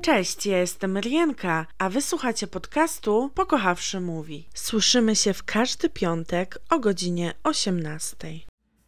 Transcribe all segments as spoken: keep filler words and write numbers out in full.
Cześć, ja jestem Rienka, a wy słuchacie podcastu Pokochawszy Mówi. Słyszymy się w każdy piątek o godzinie osiemnastej.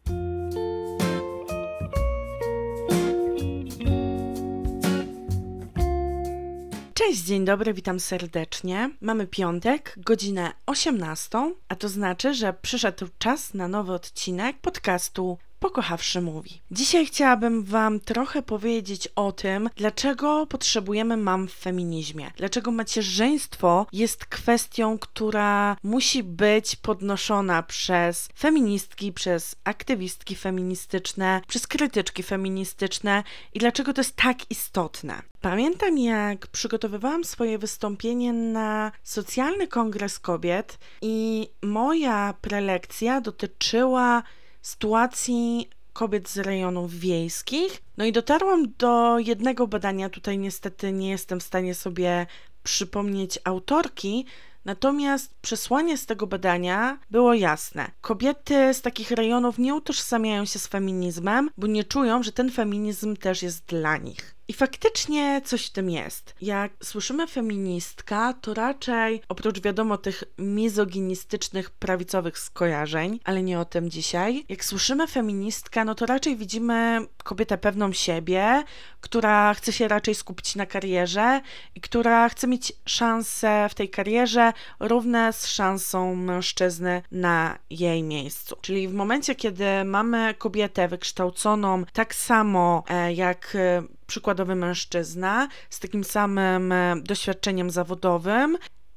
Cześć, dzień dobry, witam serdecznie. Mamy piątek, godzinę osiemnastą, a to znaczy, że przyszedł czas na nowy odcinek podcastu Pokochawszy Mówi. Dzisiaj chciałabym wam trochę powiedzieć o tym, dlaczego potrzebujemy mam w feminizmie. Dlaczego macierzyństwo jest kwestią, która musi być podnoszona przez feministki, przez aktywistki feministyczne, przez krytyczki feministyczne i dlaczego to jest tak istotne. Pamiętam, jak przygotowywałam swoje wystąpienie na Socjalny Kongres Kobiet i moja prelekcja dotyczyła sytuacji kobiet z rejonów wiejskich. No i dotarłam do jednego badania, tutaj niestety nie jestem w stanie sobie przypomnieć autorki, natomiast przesłanie z tego badania było jasne. Kobiety z takich rejonów nie utożsamiają się z feminizmem, bo nie czują, że ten feminizm też jest dla nich. I faktycznie coś w tym jest. Jak słyszymy feministka, to raczej oprócz wiadomo tych mizoginistycznych, prawicowych skojarzeń, ale nie o tym dzisiaj. Jak słyszymy feministka, no to raczej widzimy kobietę pewną siebie, która chce się raczej skupić na karierze i która chce mieć szanse w tej karierze równe z szansą mężczyzny na jej miejscu. Czyli w momencie, kiedy mamy kobietę wykształconą tak samo e, jak e, przykładowy mężczyzna z takim samym doświadczeniem zawodowym,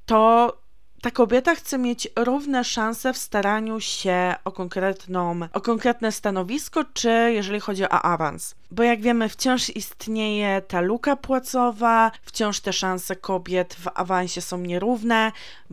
to ta kobieta chce mieć równe szanse w staraniu się o konkretną, o konkretne stanowisko, czy jeżeli chodzi o awans. Bo jak wiemy, wciąż istnieje ta luka płacowa, wciąż te szanse kobiet w awansie są nierówne,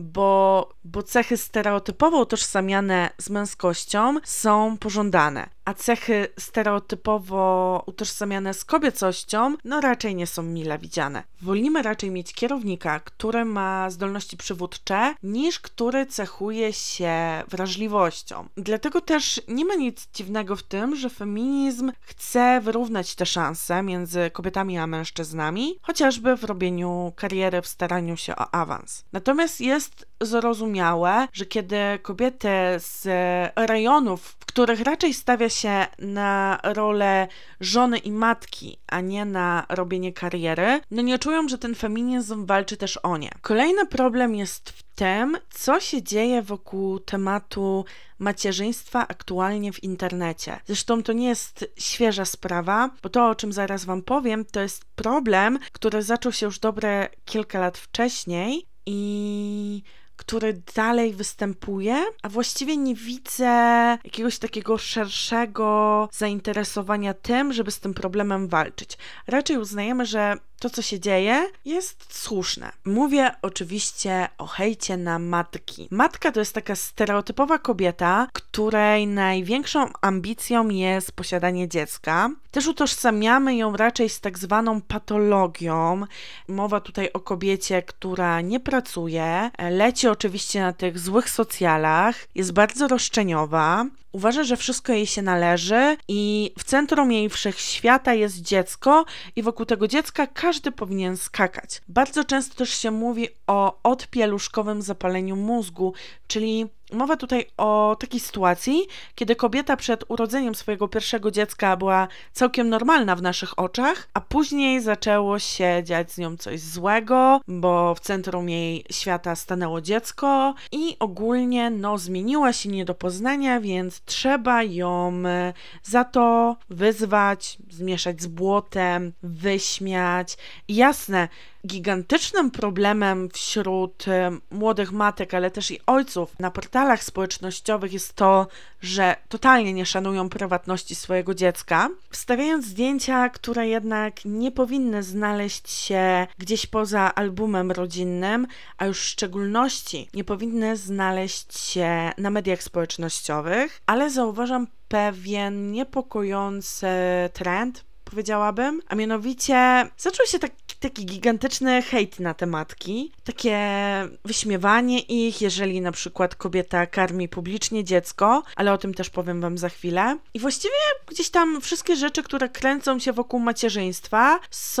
bo, bo cechy stereotypowo utożsamiane z męskością są pożądane, a cechy stereotypowo utożsamiane z kobiecością no raczej nie są mile widziane. Wolimy raczej mieć kierownika, który ma zdolności przywódcze, niż który cechuje się wrażliwością. Dlatego też nie ma nic dziwnego w tym, że feminizm chce wyrównać te szanse między kobietami a mężczyznami, chociażby w robieniu kariery, w staraniu się o awans. Natomiast jest zrozumiałe, że kiedy kobiety z rejonów, w których raczej stawia się na rolę żony i matki, a nie na robienie kariery, no nie czują, że ten feminizm walczy też o nie. Kolejny problem jest w tym, co się dzieje wokół tematu macierzyństwa aktualnie w internecie. Zresztą to nie jest świeża sprawa, bo to, o czym zaraz wam powiem, to jest problem, który zaczął się już dobre kilka lat wcześniej i który dalej występuje, a właściwie nie widzę jakiegoś takiego szerszego zainteresowania tym, żeby z tym problemem walczyć. Raczej uznajemy, że to, co się dzieje, jest słuszne. Mówię oczywiście o hejcie na matki. Matka to jest taka stereotypowa kobieta, której największą ambicją jest posiadanie dziecka. Też utożsamiamy ją raczej z tak zwaną patologią. Mowa tutaj o kobiecie, która nie pracuje, leci oczywiście na tych złych socjalach, jest bardzo roszczeniowa, uważa, że wszystko jej się należy i w centrum jej wszechświata jest dziecko i wokół tego dziecka każdy powinien skakać. Bardzo często też się mówi o odpieluszkowym zapaleniu mózgu, czyli mowa tutaj o takiej sytuacji, kiedy kobieta przed urodzeniem swojego pierwszego dziecka była całkiem normalna w naszych oczach, a później zaczęło się dziać z nią coś złego, bo w centrum jej świata stanęło dziecko i ogólnie no zmieniła się nie do poznania, więc trzeba ją za to wyzwać, zmieszać z błotem, wyśmiać. I jasne, gigantycznym problemem wśród młodych matek, ale też i ojców na portalach społecznościowych jest to, że totalnie nie szanują prywatności swojego dziecka, wstawiając zdjęcia, które jednak nie powinny znaleźć się gdzieś poza albumem rodzinnym, a już w szczególności nie powinny znaleźć się na mediach społecznościowych, ale zauważam pewien niepokojący trend, powiedziałabym, a mianowicie zaczął się tak taki gigantyczny hejt na te matki, takie wyśmiewanie ich, jeżeli na przykład kobieta karmi publicznie dziecko, ale o tym też powiem wam za chwilę. I właściwie gdzieś tam wszystkie rzeczy, które kręcą się wokół macierzyństwa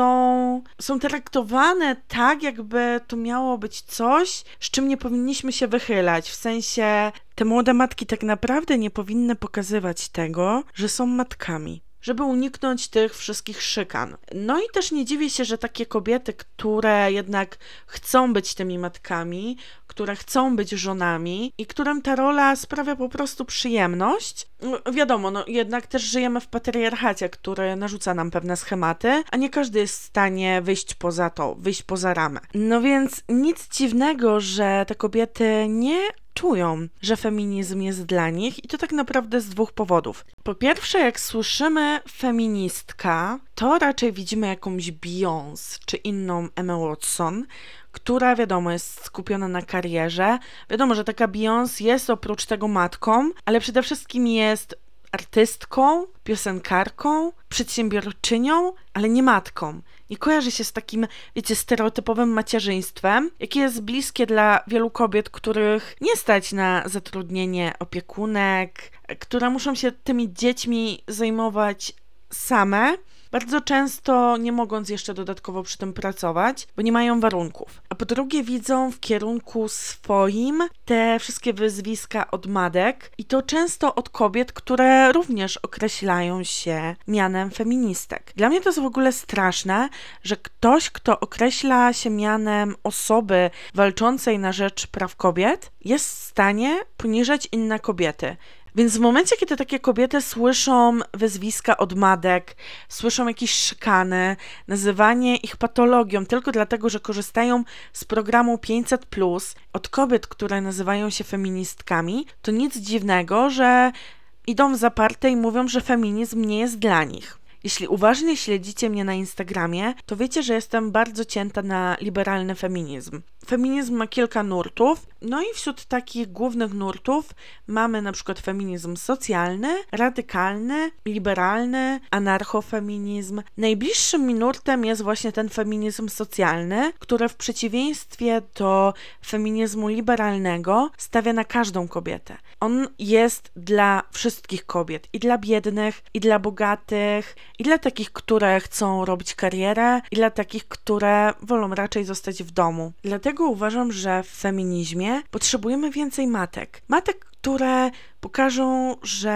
są, są traktowane tak, jakby to miało być coś, z czym nie powinniśmy się wychylać, w sensie te młode matki tak naprawdę nie powinny pokazywać tego, że są matkami, żeby uniknąć tych wszystkich szykan. No i też nie dziwię się, że takie kobiety, które jednak chcą być tymi matkami, które chcą być żonami i którym ta rola sprawia po prostu przyjemność, no, wiadomo, no jednak też żyjemy w patriarchacie, który narzuca nam pewne schematy, a nie każdy jest w stanie wyjść poza to, wyjść poza ramę. No więc nic dziwnego, że te kobiety nie czują, że feminizm jest dla nich i to tak naprawdę z dwóch powodów. Po pierwsze, jak słyszymy feministka, to raczej widzimy jakąś Beyoncé czy inną Emma Watson, która wiadomo jest skupiona na karierze. Wiadomo, że taka Beyoncé jest oprócz tego matką, ale przede wszystkim jest artystką, piosenkarką, przedsiębiorczynią, ale nie matką. Nie kojarzy się z takim, wiecie, stereotypowym macierzyństwem, jakie jest bliskie dla wielu kobiet, których nie stać na zatrudnienie opiekunek, które muszą się tymi dziećmi zajmować same, bardzo często nie mogąc jeszcze dodatkowo przy tym pracować, bo nie mają warunków. A po drugie widzą w kierunku swoim te wszystkie wyzwiska od matek i to często od kobiet, które również określają się mianem feministek. Dla mnie to jest w ogóle straszne, że ktoś, kto określa się mianem osoby walczącej na rzecz praw kobiet, jest w stanie poniżać inne kobiety. Więc w momencie, kiedy takie kobiety słyszą wyzwiska od matek, słyszą jakieś szykany, nazywanie ich patologią tylko dlatego, że korzystają z programu pięćset plus od kobiet, które nazywają się feministkami, to nic dziwnego, że idą w zaparte i mówią, że feminizm nie jest dla nich. Jeśli uważnie śledzicie mnie na Instagramie, to wiecie, że jestem bardzo cięta na liberalny feminizm. Feminizm ma kilka nurtów, no i wśród takich głównych nurtów mamy na przykład feminizm socjalny, radykalny, liberalny, anarchofeminizm. Najbliższym mi nurtem jest właśnie ten feminizm socjalny, który w przeciwieństwie do feminizmu liberalnego stawia na każdą kobietę. On jest dla wszystkich kobiet, i dla biednych, i dla bogatych, i dla takich, które chcą robić karierę, i dla takich, które wolą raczej zostać w domu. Dlatego uważam, że w feminizmie potrzebujemy więcej matek. Matek, które pokażą,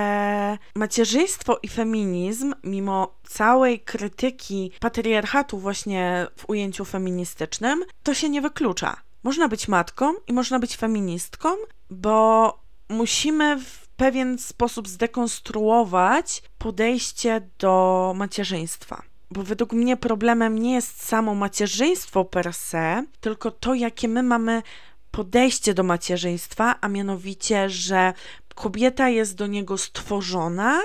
że macierzyństwo i feminizm, mimo całej krytyki patriarchatu właśnie w ujęciu feministycznym, to się nie wyklucza. Można być matką i można być feministką, bo musimy w pewien sposób zdekonstruować podejście do macierzyństwa. Bo według mnie problemem nie jest samo macierzyństwo per se, tylko to, jakie my mamy podejście do macierzyństwa, a mianowicie, że kobieta jest do niego stworzona,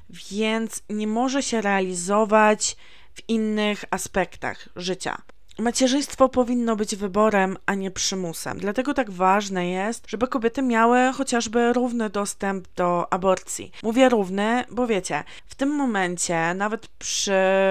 więc nie może się realizować w innych aspektach życia. Macierzyństwo powinno być wyborem, a nie przymusem. Dlatego tak ważne jest, żeby kobiety miały chociażby równy dostęp do aborcji. Mówię równy, bo wiecie, w tym momencie, nawet przy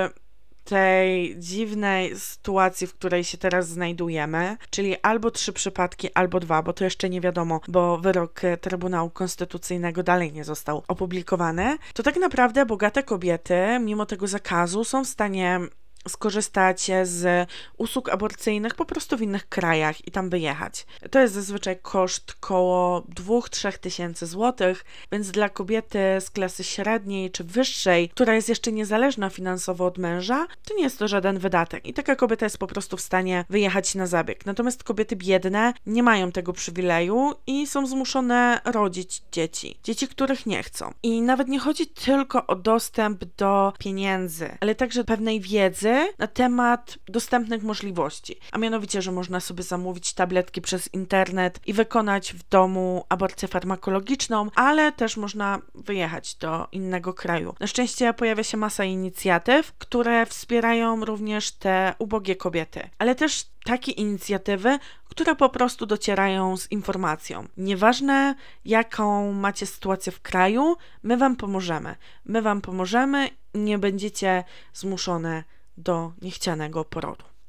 tej dziwnej sytuacji, w której się teraz znajdujemy, czyli albo trzy przypadki, albo dwa, bo to jeszcze nie wiadomo, bo wyrok Trybunału Konstytucyjnego dalej nie został opublikowany, to tak naprawdę bogate kobiety, mimo tego zakazu, są w stanie skorzystać z usług aborcyjnych po prostu w innych krajach i tam wyjechać. To jest zazwyczaj koszt koło dwa do trzech tysięcy złotych, więc dla kobiety z klasy średniej czy wyższej, która jest jeszcze niezależna finansowo od męża, to nie jest to żaden wydatek i taka kobieta jest po prostu w stanie wyjechać na zabieg. Natomiast kobiety biedne nie mają tego przywileju i są zmuszone rodzić dzieci. Dzieci, których nie chcą. I nawet nie chodzi tylko o dostęp do pieniędzy, ale także pewnej wiedzy na temat dostępnych możliwości. A mianowicie, że można sobie zamówić tabletki przez internet i wykonać w domu aborcję farmakologiczną, ale też można wyjechać do innego kraju. Na szczęście pojawia się masa inicjatyw, które wspierają również te ubogie kobiety, ale też takie inicjatywy, które po prostu docierają z informacją. Nieważne, jaką macie sytuację w kraju, my wam pomożemy. My wam pomożemy i nie będziecie zmuszone do niechcianego porodu.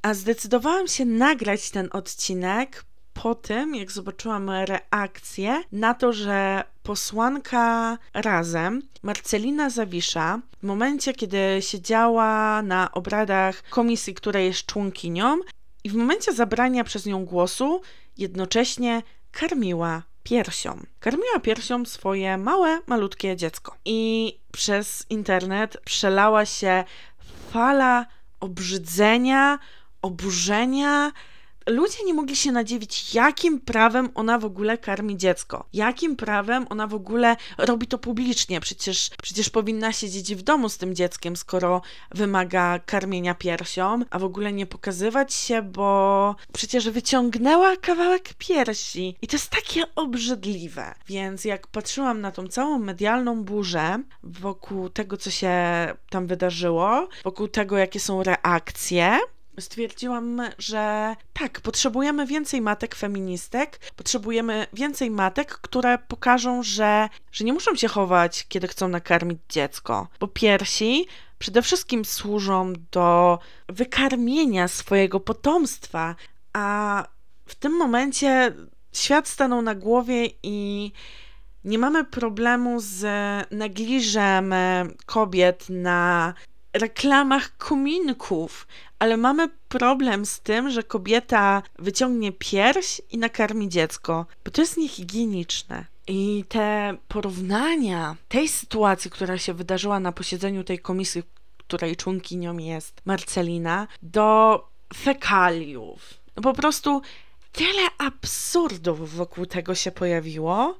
A zdecydowałam się nagrać ten odcinek po tym, jak zobaczyłam reakcję na to, że posłanka Razem, Marcelina Zawisza, w momencie, kiedy siedziała na obradach komisji, której jest członkinią, i w momencie zabrania przez nią głosu jednocześnie karmiła piersią. Karmiła piersią swoje małe, malutkie dziecko. I przez internet przelała się fala obrzydzenia, oburzenia. Ludzie nie mogli się nadziwić, jakim prawem ona w ogóle karmi dziecko. Jakim prawem ona w ogóle robi to publicznie. Przecież, przecież powinna siedzieć w domu z tym dzieckiem, skoro wymaga karmienia piersią, a w ogóle nie pokazywać się, bo przecież wyciągnęła kawałek piersi. I to jest takie obrzydliwe. Więc jak patrzyłam na tą całą medialną burzę wokół tego, co się tam wydarzyło, wokół tego, jakie są reakcje, stwierdziłam, że tak, potrzebujemy więcej matek feministek, potrzebujemy więcej matek, które pokażą, że, że nie muszą się chować, kiedy chcą nakarmić dziecko, bo piersi przede wszystkim służą do wykarmienia swojego potomstwa, a w tym momencie świat stanął na głowie i nie mamy problemu z negliżem kobiet na reklamach kominków, ale mamy problem z tym, że kobieta wyciągnie pierś i nakarmi dziecko, bo to jest niehigieniczne. I te porównania tej sytuacji, która się wydarzyła na posiedzeniu tej komisji, której członkinią jest Marcelina, do fekaliów. No po prostu tyle absurdów wokół tego się pojawiło,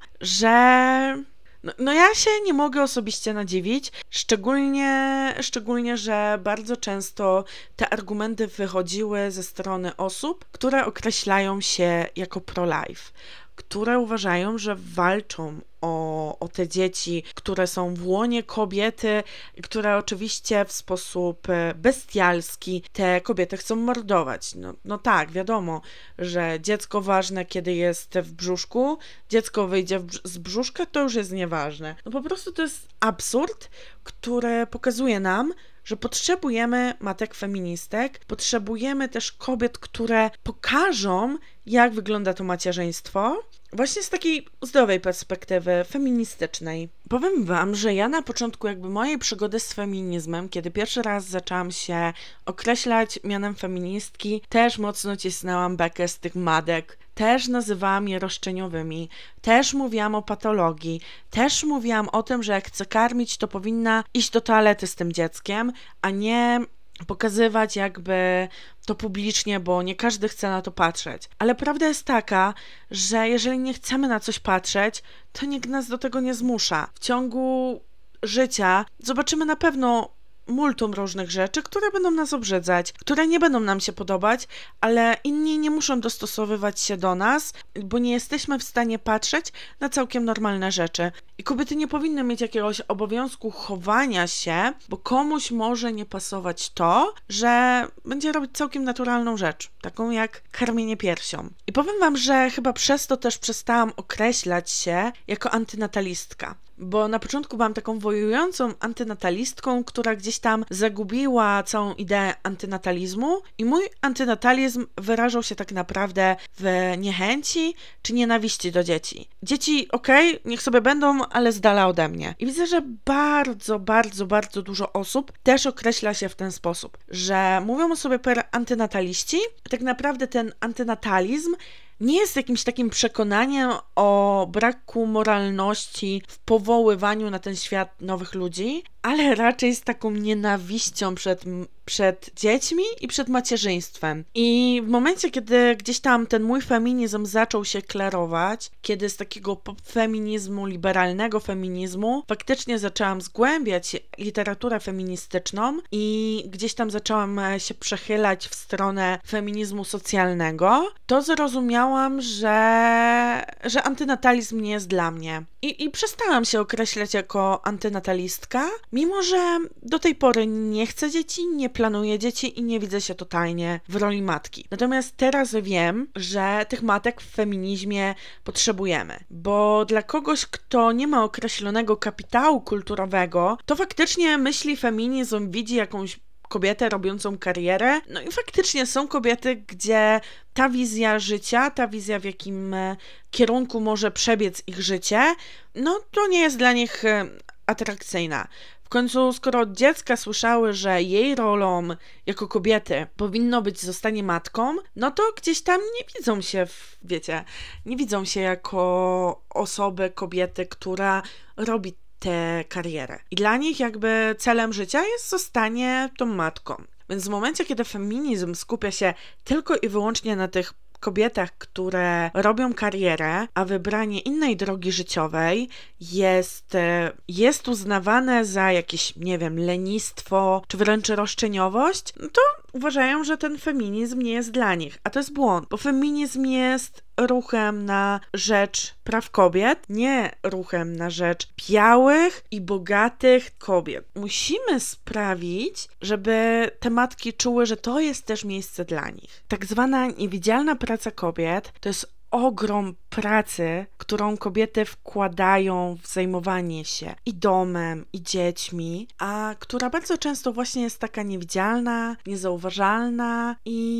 że No, no ja się nie mogę osobiście nadziwić, szczególnie, szczególnie, że bardzo często te argumenty wychodziły ze strony osób, które określają się jako pro-life, które uważają, że walczą o, o te dzieci, które są w łonie kobiety, które oczywiście w sposób bestialski te kobiety chcą mordować. No, no tak, wiadomo, że dziecko ważne, kiedy jest w brzuszku, dziecko wyjdzie w, z brzuszka, to już jest nieważne. No po prostu to jest absurd, który pokazuje nam, że potrzebujemy matek feministek, potrzebujemy też kobiet, które pokażą, jak wygląda to macierzyństwo, właśnie z takiej zdrowej perspektywy, feministycznej. Powiem wam, że ja na początku jakby mojej przygody z feminizmem, kiedy pierwszy raz zaczęłam się określać mianem feministki, też mocno cisnęłam bekę z tych matek, też nazywałam je roszczeniowymi, też mówiłam o patologii, też mówiłam o tym, że jak chce karmić, to powinna iść do toalety z tym dzieckiem, a nie pokazywać jakby to publicznie, bo nie każdy chce na to patrzeć. Ale prawda jest taka, że jeżeli nie chcemy na coś patrzeć, to nikt nas do tego nie zmusza. W ciągu życia zobaczymy na pewno multum różnych rzeczy, które będą nas obrzydzać, które nie będą nam się podobać, ale inni nie muszą dostosowywać się do nas, bo nie jesteśmy w stanie patrzeć na całkiem normalne rzeczy. I kobiety nie powinny mieć jakiegoś obowiązku chowania się, bo komuś może nie pasować to, że będzie robić całkiem naturalną rzecz, taką jak karmienie piersią. I powiem wam, że chyba przez to też przestałam określać się jako antynatalistka. Bo na początku byłam taką wojującą antynatalistką, która gdzieś tam zagubiła całą ideę antynatalizmu i mój antynatalizm wyrażał się tak naprawdę w niechęci czy nienawiści do dzieci. Dzieci, okej, okay, niech sobie będą, ale z dala ode mnie. I widzę, że bardzo, bardzo, bardzo dużo osób też określa się w ten sposób, że mówią o sobie per antynataliści, tak naprawdę ten antynatalizm nie jest jakimś takim przekonaniem o braku moralności w powoływaniu na ten świat nowych ludzi, ale raczej z taką nienawiścią przed, przed dziećmi i przed macierzyństwem. I w momencie, kiedy gdzieś tam ten mój feminizm zaczął się klarować, kiedy z takiego feminizmu, liberalnego feminizmu, faktycznie zaczęłam zgłębiać literaturę feministyczną i gdzieś tam zaczęłam się przechylać w stronę feminizmu socjalnego, to zrozumiałam, że, że antynatalizm nie jest dla mnie. I, i przestałam się określać jako antynatalistka, mimo że do tej pory nie chcę dzieci, nie planuję dzieci i nie widzę się totalnie w roli matki. Natomiast teraz wiem, że tych matek w feminizmie potrzebujemy, bo dla kogoś, kto nie ma określonego kapitału kulturowego, to faktycznie myśli feminizm, widzi jakąś kobietę robiącą karierę. No i faktycznie są kobiety, gdzie ta wizja życia, ta wizja, w jakim kierunku może przebiec ich życie, no to nie jest dla nich atrakcyjna. W końcu, skoro od dziecka słyszały, że jej rolą jako kobiety powinno być zostanie matką, no to gdzieś tam nie widzą się, w, wiecie, nie widzą się jako osoby, kobiety, która robi tę karierę. I dla nich jakby celem życia jest zostanie tą matką. Więc w momencie, kiedy feminizm skupia się tylko i wyłącznie na tych kobietach, które robią karierę, a wybranie innej drogi życiowej jest, jest uznawane za jakieś, nie wiem, lenistwo, czy wręcz roszczeniowość, no to uważają, że ten feminizm nie jest dla nich. A to jest błąd, bo feminizm jest ruchem na rzecz praw kobiet, nie ruchem na rzecz białych i bogatych kobiet. Musimy sprawić, żeby te matki czuły, że to jest też miejsce dla nich. Tak zwana niewidzialna praca kobiet to jest ogrom pracy, którą kobiety wkładają w zajmowanie się i domem, i dziećmi, a która bardzo często właśnie jest taka niewidzialna, niezauważalna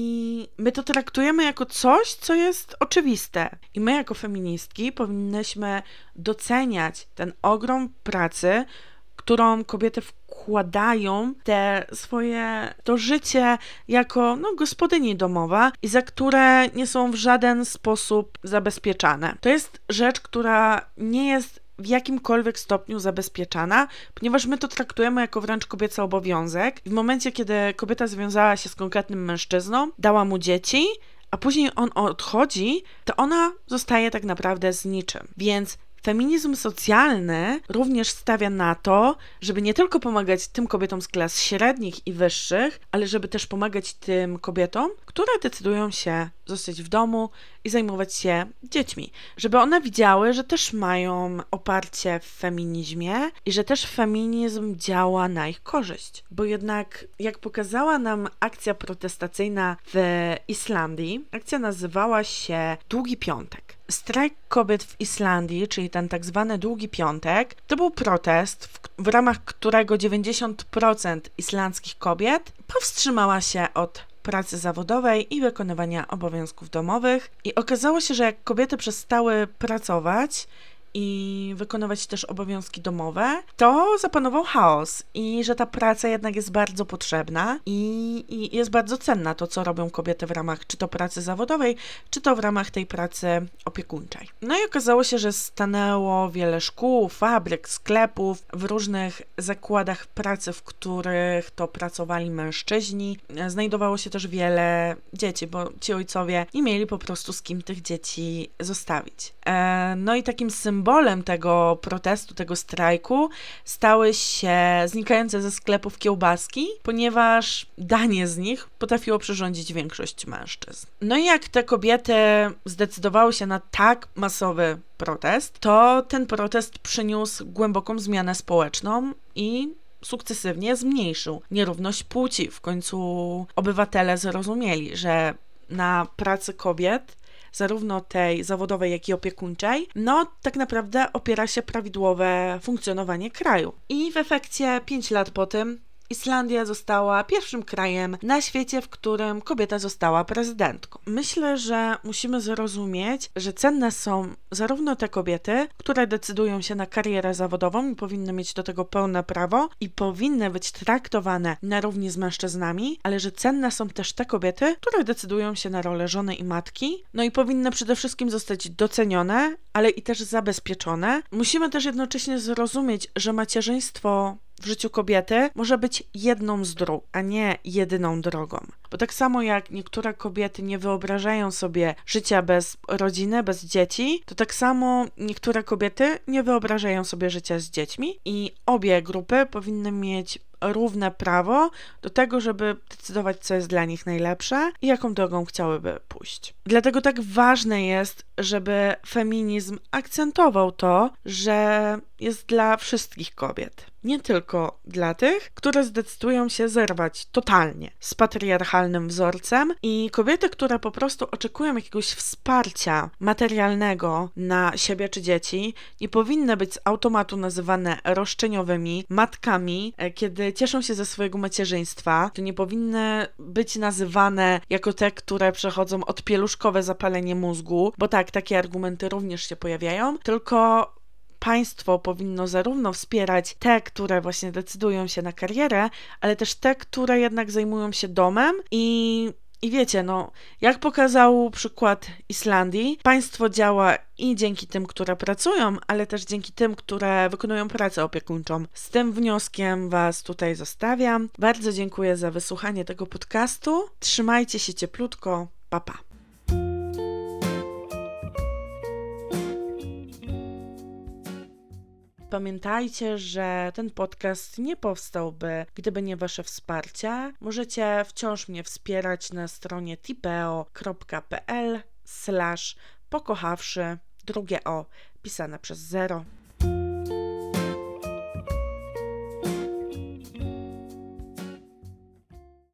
i my to traktujemy jako coś, co jest oczywiste. I my jako feministki powinnyśmy doceniać ten ogrom pracy, którą kobiety wkładają te swoje to życie jako no, gospodyni domowa i za które nie są w żaden sposób zabezpieczane. To jest rzecz, która nie jest w jakimkolwiek stopniu zabezpieczana, ponieważ my to traktujemy jako wręcz kobiecy obowiązek. W momencie, kiedy kobieta związała się z konkretnym mężczyzną, dała mu dzieci, a później on odchodzi, to ona zostaje tak naprawdę z niczym. Więc feminizm socjalny również stawia na to, żeby nie tylko pomagać tym kobietom z klas średnich i wyższych, ale żeby też pomagać tym kobietom, które decydują się zostać w domu i zajmować się dziećmi. Żeby one widziały, że też mają oparcie w feminizmie i że też feminizm działa na ich korzyść. Bo jednak, jak pokazała nam akcja protestacyjna w Islandii, akcja nazywała się Długi Piątek. Strajk kobiet w Islandii, czyli ten tak zwany Długi Piątek, to był protest, w, w ramach którego dziewięćdziesiąt procent islandzkich kobiet powstrzymała się od pracy zawodowej i wykonywania obowiązków domowych. I okazało się, że jak kobiety przestały pracować i wykonywać też obowiązki domowe, to zapanował chaos i że ta praca jednak jest bardzo potrzebna i, i jest bardzo cenna to, co robią kobiety w ramach czy to pracy zawodowej, czy to w ramach tej pracy opiekuńczej. No i okazało się, że stanęło wiele szkół, fabryk, sklepów, w różnych zakładach pracy, w których to pracowali mężczyźni. Znajdowało się też wiele dzieci, bo ci ojcowie nie mieli po prostu z kim tych dzieci zostawić. E, no i takim symbolem Symbolem tego protestu, tego strajku stały się znikające ze sklepów kiełbaski, ponieważ danie z nich potrafiło przyrządzić większość mężczyzn. No i jak te kobiety zdecydowały się na tak masowy protest, to ten protest przyniósł głęboką zmianę społeczną i sukcesywnie zmniejszył nierówność płci. W końcu obywatele zrozumieli, że na pracy kobiet, zarówno tej zawodowej, jak i opiekuńczej, no tak naprawdę opiera się prawidłowe funkcjonowanie kraju. I w efekcie pięć lat po tym Islandia została pierwszym krajem na świecie, w którym kobieta została prezydentką. Myślę, że musimy zrozumieć, że cenne są zarówno te kobiety, które decydują się na karierę zawodową i powinny mieć do tego pełne prawo i powinny być traktowane na równi z mężczyznami, ale że cenne są też te kobiety, które decydują się na rolę żony i matki, no i powinny przede wszystkim zostać docenione, ale i też zabezpieczone. Musimy też jednocześnie zrozumieć, że macierzyństwo w życiu kobiety może być jedną z dróg, a nie jedyną drogą. Bo tak samo jak niektóre kobiety nie wyobrażają sobie życia bez rodziny, bez dzieci, to tak samo niektóre kobiety nie wyobrażają sobie życia z dziećmi i obie grupy powinny mieć równe prawo do tego, żeby decydować, co jest dla nich najlepsze i jaką drogą chciałyby pójść. Dlatego tak ważne jest, żeby feminizm akcentował to, że jest dla wszystkich kobiet. nie tylko dla tych, które zdecydują się zerwać totalnie z patriarchalnym wzorcem i kobiety, które po prostu oczekują jakiegoś wsparcia materialnego na siebie czy dzieci i powinny być z automatu nazywane roszczeniowymi matkami, kiedy cieszą się ze swojego macierzyństwa, to nie powinny być nazywane jako te, które przechodzą odpieluszkowe zapalenie mózgu, bo tak, takie argumenty również się pojawiają, tylko państwo powinno zarówno wspierać te, które właśnie decydują się na karierę, ale też te, które jednak zajmują się domem i I wiecie, no, jak pokazał przykład Islandii, państwo działa i dzięki tym, które pracują, ale też dzięki tym, które wykonują pracę opiekuńczą. Z tym wnioskiem Was tutaj zostawiam. Bardzo dziękuję za wysłuchanie tego podcastu. Trzymajcie się cieplutko. Pa, pa. Pamiętajcie, że ten podcast nie powstałby, gdyby nie Wasze wsparcie. Możecie wciąż mnie wspierać na stronie tipeo.pl slash pokochawszy, drugie o, pisane przez zero.